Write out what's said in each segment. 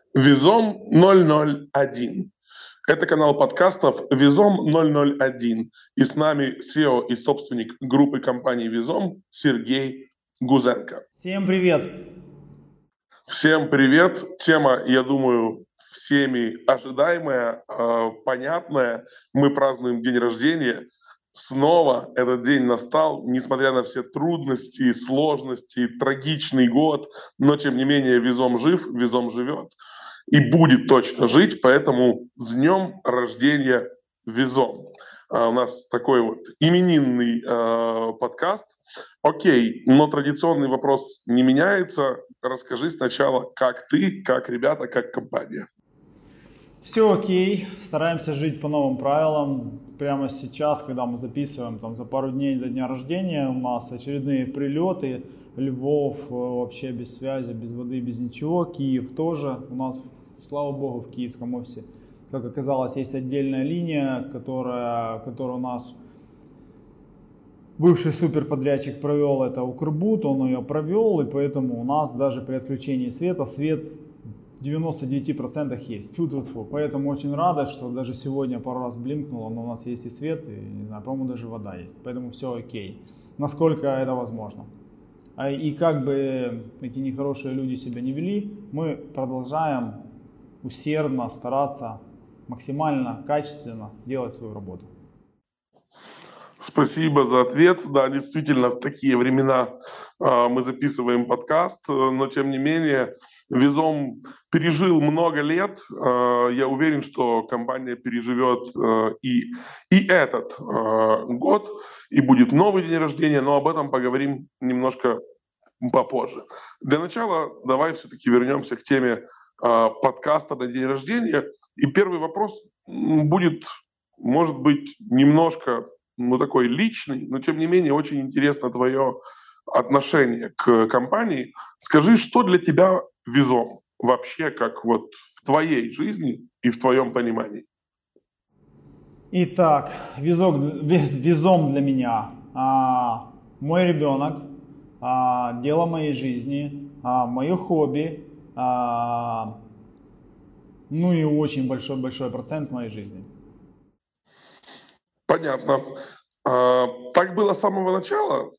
Визом 001. Это канал подкастов Визом 001. И с нами SEO и собственник группы компании Визом Сергей Гузенко. Всем привет! Всем привет! Тема, я думаю, всеми ожидаемая, понятная. Мы празднуем день рождения. Снова этот день настал, несмотря на все трудности, сложности, трагичный год, но тем не менее Визом жив, Визом живет и будет точно жить, поэтому с днем рождения Визом. У нас такой вот именинный подкаст. Окей, но традиционный вопрос не меняется. Расскажи сначала, как ты, как ребята, как компания. Все окей, стараемся жить по новым правилам. Прямо сейчас, когда мы записываем, там за пару дней до дня рождения, у нас очередные прилеты. Львов вообще без связи, без воды, без ничего. Киев тоже. У нас, слава богу, в киевском офисе, как оказалось, есть отдельная линия, которая у нас бывший суперподрядчик провел, это Укрбуд, он ее провел, и поэтому у нас даже при отключении света свет в 99% есть. Тьфу-тьфу-тьфу. Поэтому очень рада, что даже сегодня пару раз блимкнуло, но у нас есть и свет, и, не знаю, по-моему, даже вода есть. Поэтому все окей. Насколько это возможно. И как бы эти нехорошие люди себя не вели, мы продолжаем усердно стараться максимально качественно делать свою работу. Спасибо за ответ. Да, действительно, в такие времена мы записываем подкаст, но тем не менее Визом пережил много лет. Я уверен, что компания переживет и этот год, и будет новый день рождения, но об этом поговорим немножко попозже. Для начала давай все-таки вернемся к теме подкаста на день рождения. И первый вопрос будет, может быть, немножко такой личный, но тем не менее очень интересно твое отношение к компании. Скажи, что для тебя Визом вообще, как вот в твоей жизни и в твоем понимании? Итак, Визом для меня мой ребенок, дело моей жизни, мое хобби, ну и очень большой процент моей жизни. Понятно. Так было с самого начала?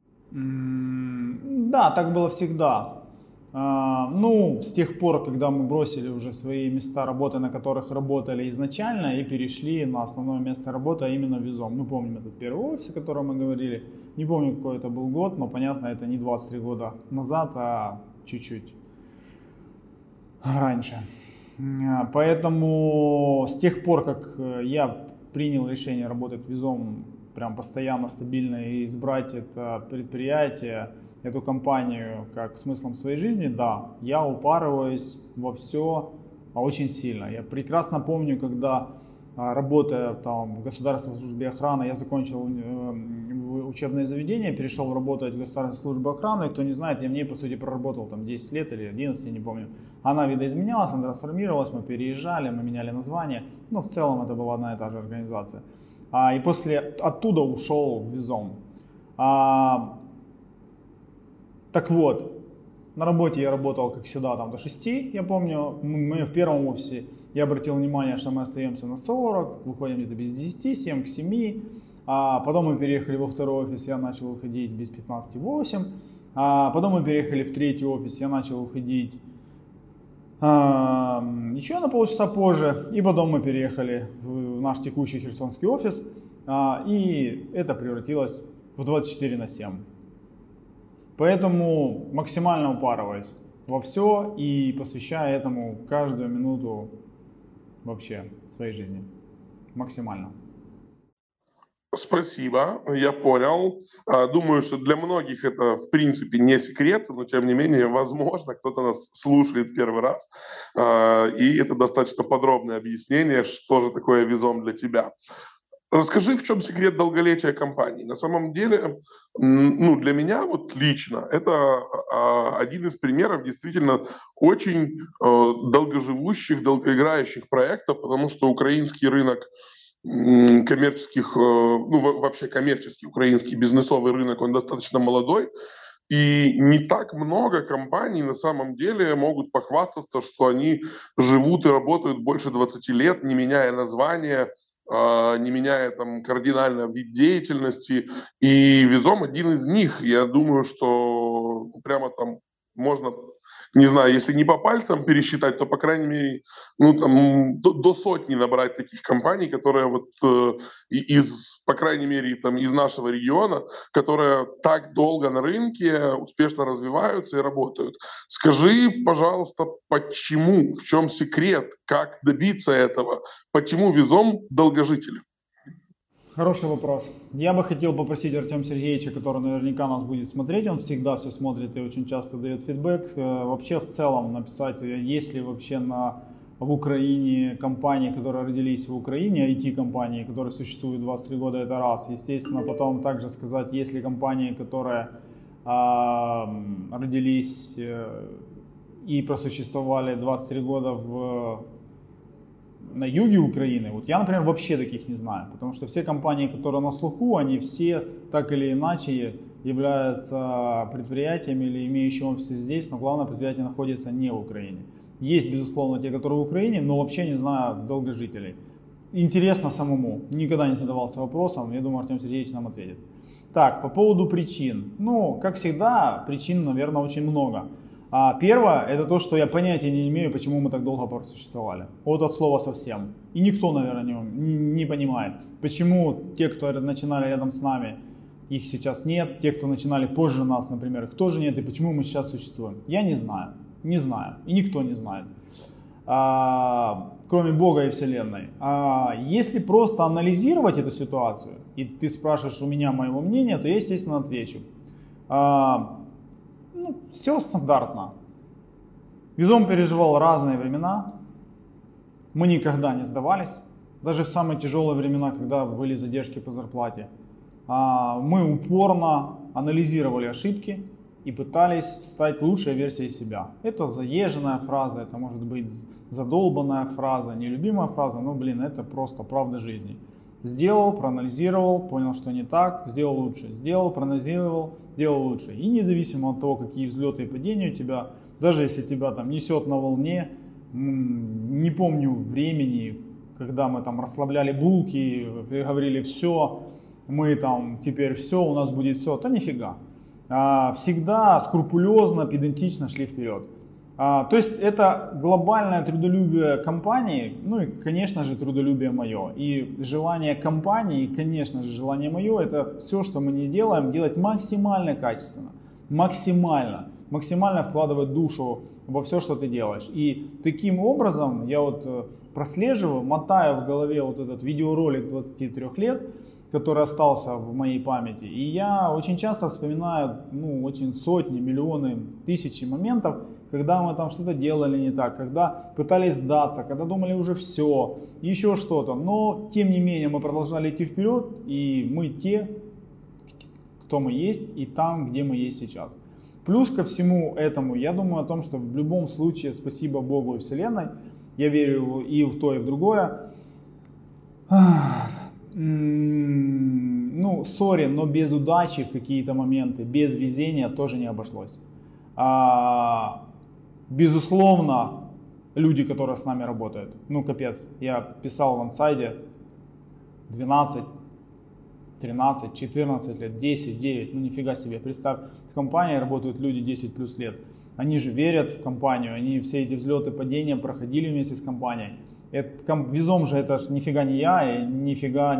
Да, так было всегда. Ну, с тех пор, когда мы бросили уже свои места работы, на которых работали изначально, и перешли на основное место работы, а именно Визом. Ну, помним этот первый офис, о котором мы говорили. Не помню, какой это был год, но, понятно, это не 23 года назад, а чуть-чуть раньше. Поэтому с тех пор, как я принял решение работать Визом прям постоянно, стабильно и избрать это предприятие, эту компанию как смыслом своей жизни, да, я упарываюсь во все очень сильно. Я прекрасно помню, когда, работая там в Государственной службе охраны, я закончил учебное заведение, перешел работать в Государственную службу охраны. Кто не знает, я в ней, по сути, проработал там 10 лет или 11, я не помню. Она видоизменялась, она трансформировалась, мы переезжали, мы меняли название. Но в целом это была одна и та же организация. И оттуда ушел в Визом. Так вот, на работе я работал, как всегда, там до 6, я помню. Мы в первом офисе, я обратил внимание, что мы остаемся на 40, выходим где-то без 10, 7 к 7. Потом мы переехали во второй офис, я начал выходить без 15:08. Потом мы переехали в третий офис, я начал выходить еще на полчаса позже. И потом мы переехали в наш текущий херсонский офис. И это превратилось в 24/7. Поэтому максимально упарываюсь во все и посвящаю этому каждую минуту вообще своей жизни. Максимально. Спасибо, я понял. Думаю, что для многих это, в принципе, не секрет, но, тем не менее, возможно, кто-то нас слушает первый раз, и это достаточно подробное объяснение, что же такое Визом для тебя. Расскажи, в чем секрет долголетия компании. На самом деле, для меня вот лично это один из примеров действительно очень долгоживущих, долгоиграющих проектов, потому что украинский рынок коммерческих, вообще коммерческий украинский бизнесовый рынок, он достаточно молодой, И не так много компаний на самом деле могут похвастаться, что они живут и работают больше 20 лет, не меняя название, не меняя там кардинально вид деятельности. И Визом один из них. Я думаю, что прямо там можно, не знаю, если не по пальцам пересчитать, то, по крайней мере, ну, там, до сотни набрать таких компаний, которые вот из, по крайней мере, там, из нашего региона, которые так долго на рынке успешно развиваются и работают. Скажи, пожалуйста, почему, в чем секрет, как добиться этого, почему Визом долгожители? Хороший вопрос. Я бы хотел попросить Артема Сергеевича, который наверняка нас будет смотреть, он всегда все смотрит и очень часто дает фидбэк, вообще в целом написать, есть ли вообще в Украине компании, которые родились в Украине, IT-компании, которые существуют 23 года, это раз. Естественно, потом также сказать, есть ли компании, которые родились и просуществовали 23 года на юге Украины. Вот я, например, вообще таких не знаю, потому что все компании, которые на слуху, они все так или иначе являются предприятиями или имеющими офисы здесь, но главное предприятие находится не в Украине. Есть, безусловно, те, которые в Украине, но вообще не знаю долгожителей. Интересно самому, никогда не задавался вопросом, я думаю, Артем Сергеевич нам ответит. Так, по поводу причин. Ну, как всегда, причин, наверное, очень много. Первое, это то, что я понятия не имею, почему мы так долго просуществовали. Вот от слова совсем. И никто, наверное, не понимает, почему те, кто начинали рядом с нами, их сейчас нет. Те, кто начинали позже нас, например, их тоже нет. И почему мы сейчас существуем. Я не знаю. Не знаю. И никто не знает. Кроме Бога и Вселенной. Если просто анализировать эту ситуацию, и ты спрашиваешь у меня моего мнения, то я, естественно, отвечу. Ну, все стандартно. Визом переживал разные времена. Мы никогда не сдавались. Даже в самые тяжелые времена, когда были задержки по зарплате. Мы упорно анализировали ошибки и пытались стать лучшей версией себя. Это заезженная фраза, это может быть задолбанная фраза, нелюбимая фраза, но, это просто правда жизни. Сделал, проанализировал, понял, что не так, сделал лучше. Сделал, проанализировал, сделал лучше. И независимо от того, какие взлеты и падения у тебя, даже если тебя там несет на волне, не помню времени, когда мы там расслабляли булки и говорили все, мы там теперь все, у нас будет все, то нифига. Всегда скрупулезно, педантично шли вперед. То есть это глобальное трудолюбие компании, ну и, конечно же, трудолюбие мое. И желание компании, конечно же, желание мое, это все, что мы не делаем, делать максимально качественно, максимально вкладывать душу во все, что ты делаешь. И таким образом я вот прослеживаю, мотаю в голове вот этот видеоролик 23 лет, который остался в моей памяти. И я очень часто вспоминаю, очень сотни, миллионы, тысячи моментов, когда мы там что-то делали не так, когда пытались сдаться, когда думали уже все, еще что-то. Но, тем не менее, мы продолжали идти вперед, и мы те, кто мы есть, и там, где мы есть сейчас. Плюс ко всему этому, я думаю о том, что в любом случае, спасибо Богу и Вселенной, я верю и в то, и в другое. Сори, но без удачи в какие-то моменты, без везения тоже не обошлось. Безусловно, люди, которые с нами работают, капец, я писал в ансайде 12, 13, 14 лет, 10, 9, нифига себе, представь, в компании работают люди 10 плюс лет, они же верят в компанию, они все эти взлеты, падения проходили вместе с компанией. Визом же это нифига не я, и нифига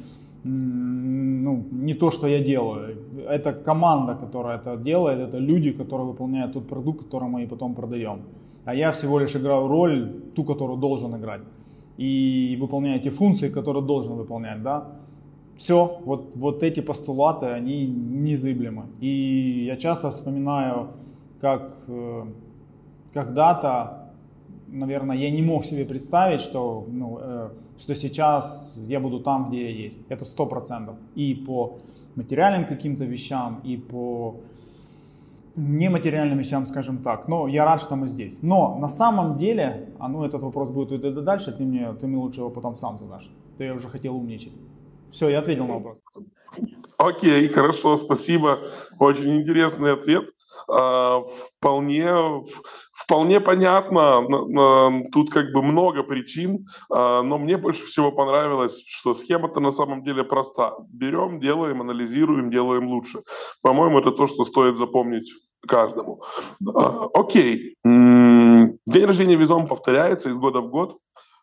не то, что я делаю. Это команда, которая это делает, это люди, которые выполняют тот продукт, который мы и потом продаем. А я всего лишь играю роль, ту, которую должен играть. И выполняю те функции, которые должен выполнять. Да? Все, вот эти постулаты, они незыблемы. И я часто вспоминаю, как когда-то, наверное, я не мог себе представить, что сейчас я буду там, где я есть. Это 100%. И по материальным каким-то вещам, и по нематериальным вещам, скажем так. Но я рад, что мы здесь. Но на самом деле, этот вопрос будет идти дальше, ты мне лучше его потом сам задашь. Ты уже хотел умничать. Все, я ответил на вопрос. Окей, хорошо, спасибо. Очень интересный ответ. А, Вполне, вполне понятно. Тут как бы много причин, но мне больше всего понравилось, что схема-то на самом деле проста. Берем, делаем, анализируем, делаем лучше. По-моему, это то, что стоит запомнить каждому. Окей. День рождения Визом повторяется из года в год.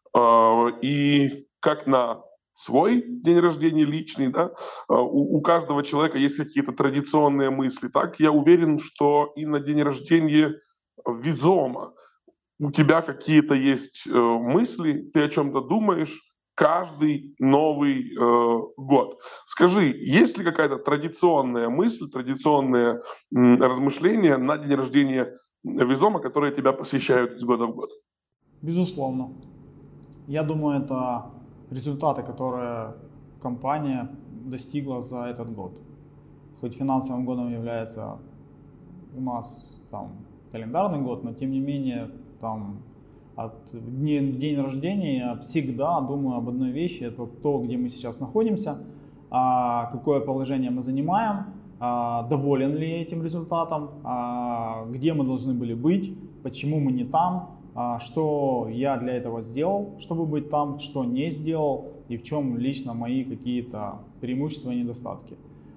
И как на свой день рождения личный, да, у каждого человека есть какие-то традиционные мысли. Так, я уверен, что и на день рождения Визома у тебя какие-то есть мысли, ты о чем-то думаешь каждый новый год. Скажи, есть ли какая-то традиционная мысль, традиционные размышления на день рождения Визома, которые тебя посещают из года в год? Безусловно. Я думаю, это результаты, которые компания достигла за этот год. Хоть финансовым годом является у нас там календарный год, но тем не менее там день рождения я всегда думаю об одной вещи, это то, где мы сейчас находимся, какое положение мы занимаем, доволен ли я этим результатом, где мы должны были быть, почему мы не там, что я для этого сделал, чтобы быть там, что не сделал и в чем лично мои какие-то преимущества и недостатки.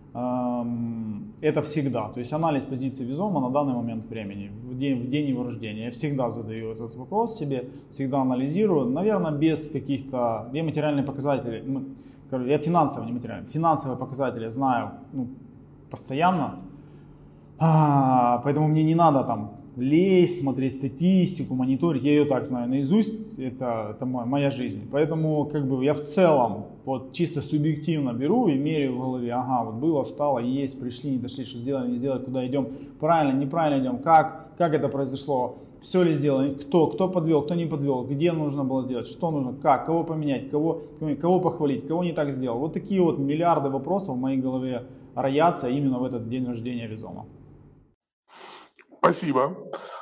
Это всегда, то есть анализ позиции Визома на данный момент времени, в день его рождения. Я всегда задаю этот вопрос себе, всегда анализирую, наверное, без каких-то, я материальные показатели, я финансовые показатели знаю постоянно, поэтому мне не надо там лезть, смотреть статистику, мониторить, я ее так знаю наизусть, это моя жизнь. Поэтому как бы я в целом вот чисто субъективно беру и меряю в голове, ага, вот было, стало, есть, пришли, не дошли, что сделали, не сделали, куда идем, правильно, неправильно идем, как это произошло, все ли сделано, кто подвел, кто не подвел, где нужно было сделать, что нужно, как, кого поменять, кого похвалить, кого не так сделал. Вот такие вот миллиарды вопросов в моей голове роятся именно в этот день рождения Визома. Спасибо.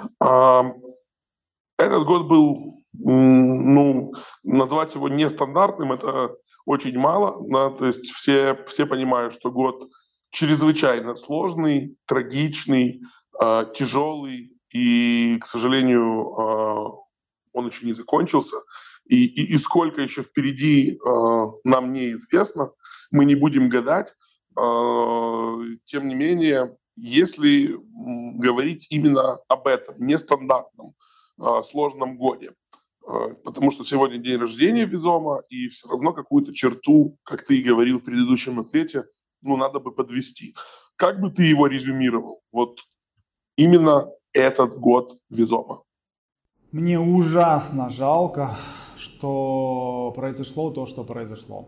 Этот год был, назвать его нестандартным, это очень мало, да, то есть все понимают, что год чрезвычайно сложный, трагичный, тяжелый, и, к сожалению, он еще не закончился. И сколько еще впереди нам неизвестно, мы не будем гадать. Тем не менее, если говорить именно об этом нестандартном, сложном годе, потому что сегодня день рождения Визома, и все равно какую-то черту, как ты и говорил в предыдущем ответе, надо бы подвести. Как бы ты его резюмировал? Вот именно этот год Визома. Мне ужасно жалко, что произошло то, что произошло.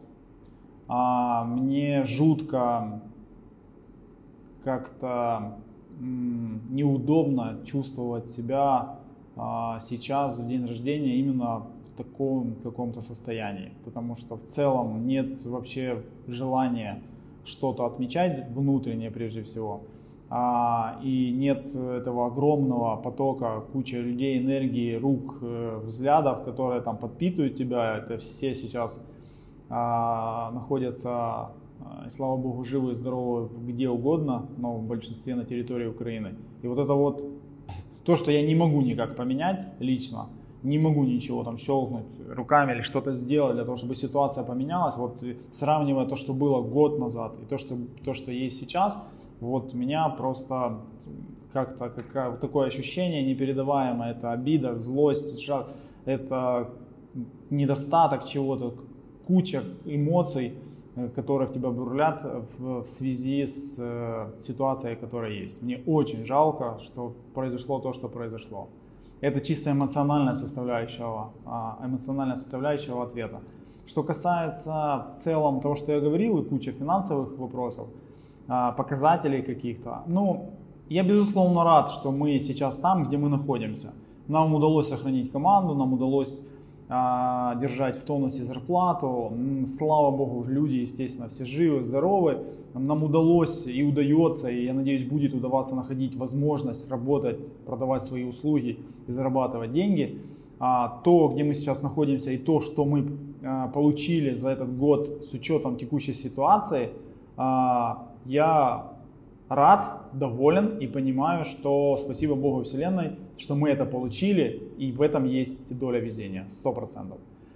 Мне жутко как-то неудобно чувствовать себя сейчас, в день рождения, именно в таком каком-то состоянии. Потому что в целом нет вообще желания что-то отмечать внутренне прежде всего. И нет этого огромного потока, куча людей, энергии, рук, взглядов, которые там подпитывают тебя. Это все сейчас находятся, слава богу, живы и здоровы где угодно, но в большинстве на территории Украины. И вот это вот то, что я не могу никак поменять лично, не могу ничего там щелкнуть руками или что-то сделать для того, чтобы ситуация поменялась. Вот сравнивая то, что было год назад и то, что есть сейчас, вот меня просто как-то такое ощущение непередаваемое, это обида, злость, это недостаток чего-то, куча эмоций, которые в тебя бурлят в связи с ситуацией, которая есть. Мне очень жалко, что произошло то, что произошло. Это чисто эмоциональная составляющая ответа. Что касается в целом того, что я говорил, и куча финансовых вопросов, показателей каких-то, я безусловно рад, что мы сейчас там, где мы находимся. Нам удалось сохранить команду, нам удалось держать в тонусе зарплату. Слава богу, люди, естественно, все живы, здоровы. Нам удалось и удается, и я надеюсь, будет удаваться находить возможность работать, продавать свои услуги и зарабатывать деньги. То, где мы сейчас находимся, и то, что мы получили за этот год с учетом текущей ситуации, Я рад, доволен и понимаю, что спасибо Богу и Вселенной, что мы это получили, и в этом есть доля везения, 100%.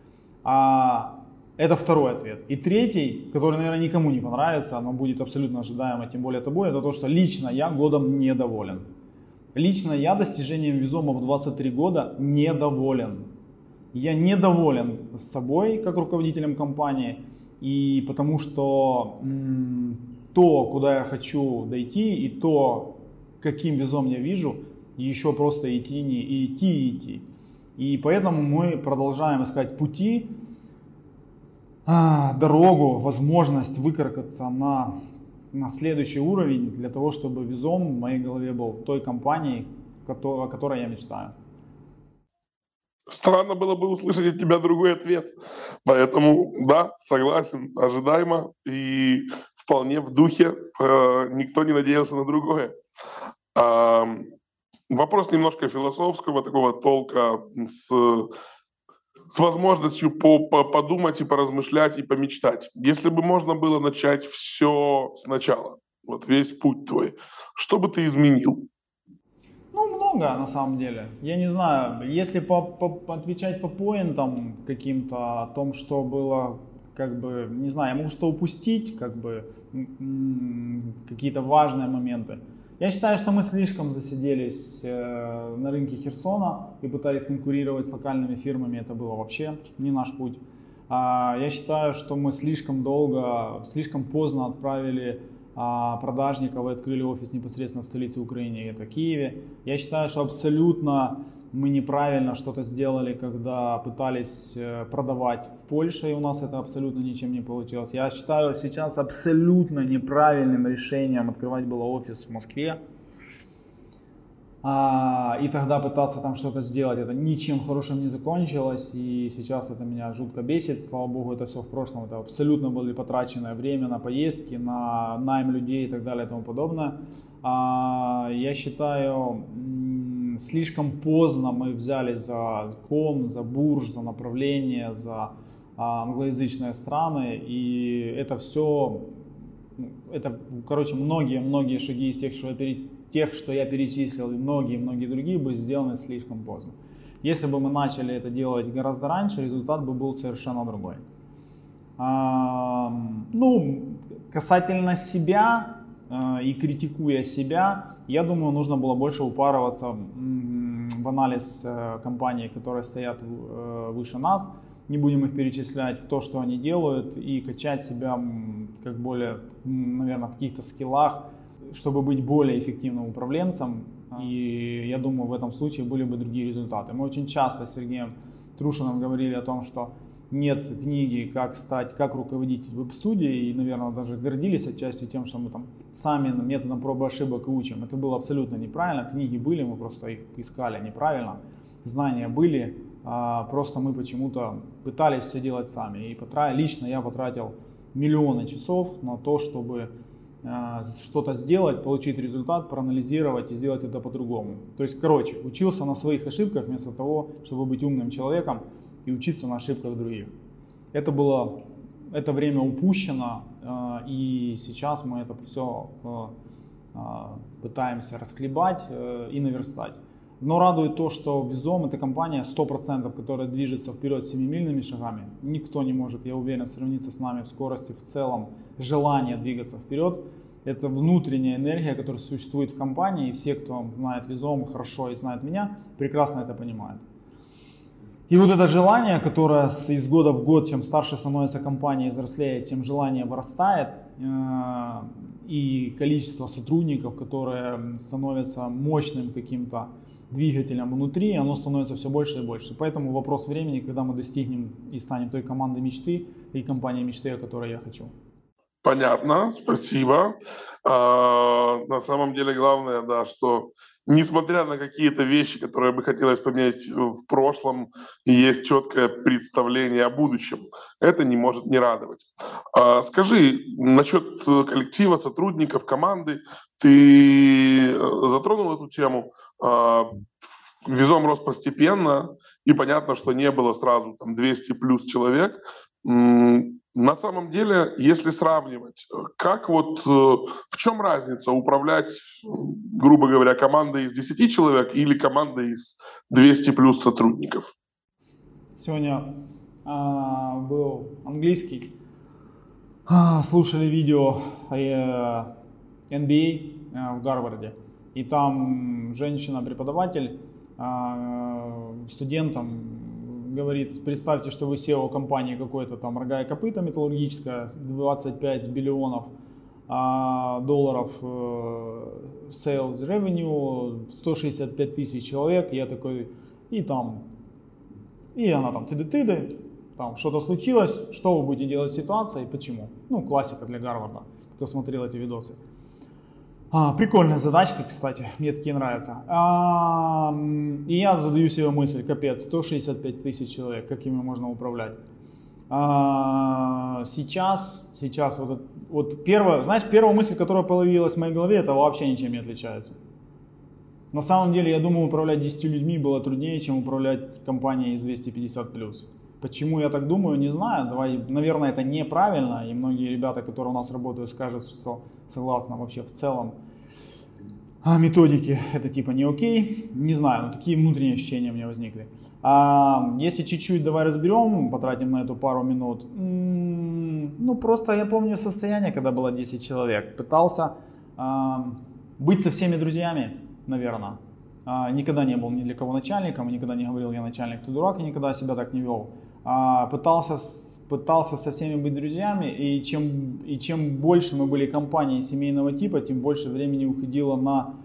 Это второй ответ. И третий, который, наверное, никому не понравится, но будет абсолютно ожидаемо, тем более тобой, это то, что лично я годом недоволен. Лично я достижением Визома в 23 года недоволен. Я недоволен с собой, как руководителем компании, и потому что то, куда я хочу дойти, и то, каким Визом я вижу, еще просто идти. И поэтому мы продолжаем искать пути, дорогу, возможность выкарабкаться на следующий уровень для того, чтобы Визом в моей голове был в той компании, о которой я мечтаю. Странно было бы услышать от тебя другой ответ. Поэтому, да, согласен, ожидаемо и вполне в духе. Никто не надеялся на другое. Вопрос немножко философского такого толка с возможностью подумать и поразмышлять и помечтать. Если бы можно было начать все сначала, вот весь путь твой, что бы ты изменил? Много на самом деле. Я не знаю, если отвечать по поинтам каким-то о том, что было, как бы, не знаю, я могу что упустить, как бы, какие-то важные моменты. Я считаю, что мы слишком засиделись на рынке Херсона и пытались конкурировать с локальными фирмами. Это было вообще не наш путь. Я считаю, что мы слишком поздно отправили продажников и открыли офис непосредственно в столице Украины, это Киеве. Я считаю, что абсолютно мы неправильно что-то сделали, когда пытались продавать в Польше, и у нас это абсолютно ничем не получилось. Я считаю сейчас абсолютно неправильным решением открывать было офис в Москве. И тогда пытаться там что-то сделать, это ничем хорошим не закончилось, и сейчас это меня жутко бесит. Слава богу, это все в прошлом, это абсолютно было потраченное время на поездки, на найм людей и так далее и тому подобное. Я считаю, слишком поздно мы взялись за ком, за бурж, за направление, за англоязычные страны, и это все, многие шаги из тех, что я перечислил, и многие другие были сделаны слишком поздно. Если бы мы начали это делать гораздо раньше, результат бы был совершенно другой. Касательно себя и критикуя себя, я думаю, нужно было больше упарываться в анализ компаний, которые стоят выше нас. Не будем их перечислять в то, что они делают, и качать себя как более, наверное, в каких-то скиллах, чтобы быть более эффективным управленцем, и я думаю, в этом случае были бы другие результаты. Мы очень часто с Сергеем Трушиным говорили о том, что нет книги «Как руководить веб-студией», и, наверное, даже гордились отчасти тем, что мы там сами методом пробы и ошибок и учим. Это было абсолютно неправильно, книги были, мы просто их искали неправильно, знания были, просто мы почему-то пытались все делать сами. И лично я потратил миллионы часов на то, чтобы что-то сделать, получить результат, проанализировать и сделать это по-другому. То есть, учился на своих ошибках вместо того, чтобы быть умным человеком и учиться на ошибках других. Это время упущено, и сейчас мы это все пытаемся расхлебать и наверстать. Но радует то, что Визом — это компания 100%, которая движется вперед семимильными шагами. Никто не может, я уверен, сравниться с нами в скорости, в целом, желание двигаться вперед. Это внутренняя энергия, которая существует в компании, и все, кто знает Визом хорошо и знает меня, прекрасно это понимают. И вот это желание, которое из года в год, чем старше становится компания и взрослеет, тем желание вырастает, и количество сотрудников, которые становятся мощным каким-то двигателем внутри, оно становится все больше и больше. Поэтому вопрос времени, когда мы достигнем и станем той командой мечты и компанией мечты, о которой я хочу. Понятно, спасибо. На самом деле главное, да, что несмотря на какие-то вещи, которые бы хотелось поменять в прошлом, есть четкое представление о будущем. Это не может не радовать. Скажи, насчет коллектива, сотрудников, команды, ты затронул эту тему. Визом рос постепенно, и понятно, что не было сразу там 200 плюс человек. На самом деле, если сравнивать, как в чем разница управлять, грубо говоря, командой из 10 человек или командой из 200 плюс сотрудников? Сегодня был английский, слушали видео NBA в Гарварде, и там женщина-преподаватель студентам говорит: представьте, что вы SEO компании какой-то там рога и копыта металлургическая, 25 биллионов долларов sales revenue, 165 тысяч человек. Я такой, и она там тыды-тыды, там что-то случилось, что вы будете делать в ситуации и почему. Ну, классика для Гарварда, кто смотрел эти видосы. Прикольная задачка, кстати, мне такие нравятся. И я задаю себе мысль: капец, 165 тысяч человек, как ими можно управлять? Сейчас первая мысль, которая появилась в моей голове, это вообще ничем не отличается. На самом деле, я думаю, управлять 10 людьми было труднее, чем управлять компанией из 250+. Почему я так думаю, не знаю. Наверное, это неправильно, и многие ребята, которые у нас работают, скажут, что согласно вообще в целом методики это типа не окей. Не знаю, но такие внутренние ощущения у меня возникли. Если чуть-чуть давай разберем, потратим на эту пару минут. Просто я помню состояние, когда было 10 человек. Пытался быть со всеми друзьями, наверное. Никогда не был ни для кого начальником, никогда не говорил: я начальник, ты дурак, и никогда себя так не вел. Пытался со всеми быть друзьями, и чем больше мы были компанией семейного типа, тем больше времени уходило на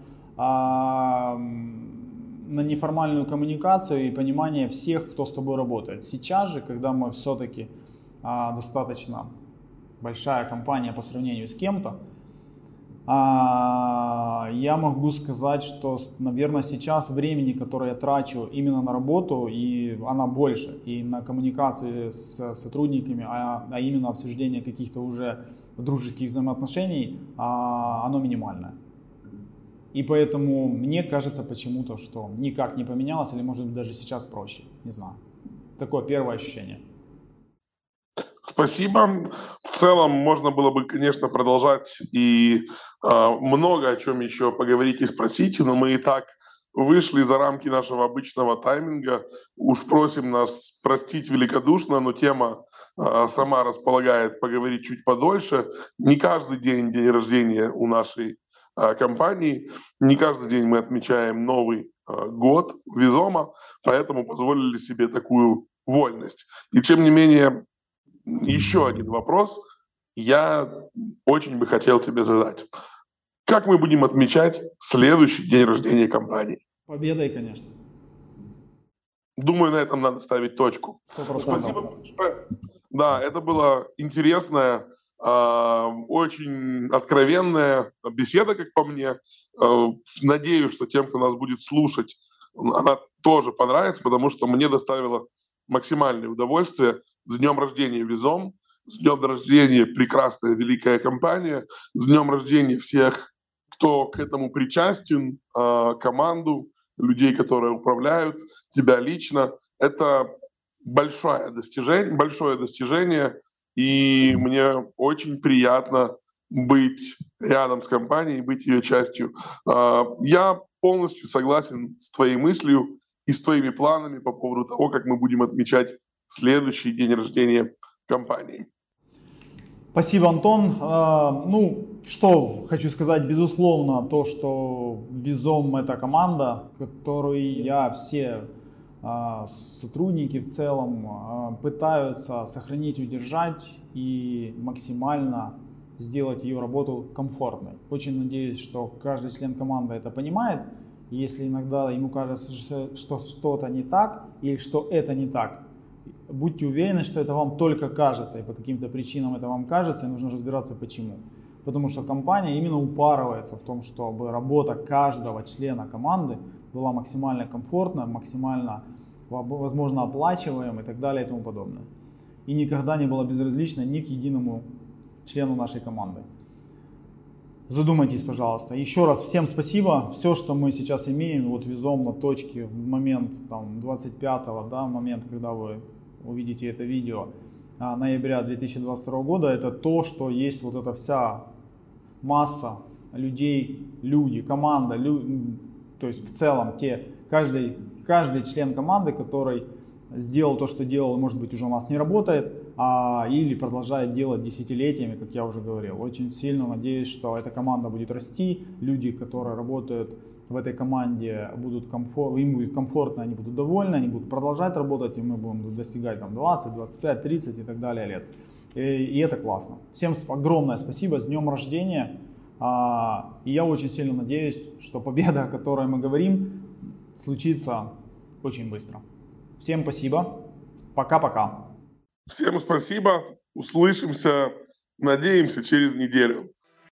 неформальную коммуникацию и понимание всех, кто с тобой работает. Сейчас же, когда мы все-таки достаточно большая компания по сравнению с кем-то, я могу сказать, что, наверное, сейчас времени, которое я трачу именно на работу, и она больше, и на коммуникации с сотрудниками, а именно обсуждение каких-то уже дружеских взаимоотношений, оно минимальное. И поэтому мне кажется почему-то, что никак не поменялось, или может быть даже сейчас проще, не знаю. Такое первое ощущение. Спасибо. В целом можно было бы, конечно, продолжать и много о чем еще поговорить и спросить, но мы и так вышли за рамки нашего обычного тайминга. Уж просим нас простить великодушно, но тема сама располагает поговорить чуть подольше. Не каждый день рождения у нашей компании, не каждый день мы отмечаем Новый год Визома, поэтому позволили себе такую вольность. И тем не менее, еще один вопрос я очень бы хотел тебе задать. Как мы будем отмечать следующий день рождения компании? Победой, конечно. Думаю, на этом надо ставить точку. 100%. Спасибо большое. Да, это была интересная, очень откровенная беседа, как по мне. Надеюсь, что тем, кто нас будет слушать, она тоже понравится, потому что мне доставило максимальное удовольствие. С днем рождения Визом, с днем рождения прекрасная великая компания, с днем рождения всех, кто к этому причастен, команду, людей, которые управляют, тебя лично. Это большое достижение, и мне очень приятно быть рядом с компанией, быть ее частью. Я полностью согласен с твоей мыслью и с твоими планами по поводу того, как мы будем отмечать следующий день рождения компании. Спасибо, Антон. Что хочу сказать, безусловно, то, что Визом — это команда, которую все сотрудники в целом пытаются сохранить, удержать и максимально сделать ее работу комфортной. Очень надеюсь, что каждый член команды это понимает. Если иногда ему кажется, что что-то не так или что это не так, будьте уверены, что это вам только кажется, и по каким-то причинам это вам кажется, и нужно разбираться почему. Потому что компания именно упарывается в том, чтобы работа каждого члена команды была максимально комфортна, максимально, возможно, оплачиваемой и так далее и тому подобное. И никогда не была безразлична ни к единому члену нашей команды. Задумайтесь, пожалуйста. Еще раз всем спасибо. Все, что мы сейчас имеем, вот Визом на точке в момент 25-го, в момент, когда вы увидите это видео, ноября 2022 года, это то, что есть вот эта вся масса людей, люди, команда, то есть в целом каждый член команды, который сделал то, что делал, может быть, уже у нас не работает, или продолжает делать десятилетиями, как я уже говорил. Очень сильно надеюсь, что эта команда будет расти, люди, которые работают в этой команде, им будет комфортно, они будут довольны, они будут продолжать работать, и мы будем достигать там 20, 25, 30 и так далее лет. И это классно. Всем огромное спасибо, с днем рождения. И я очень сильно надеюсь, что победа, о которой мы говорим, случится очень быстро. Всем спасибо. Пока-пока. Всем спасибо. Услышимся, надеемся, через неделю.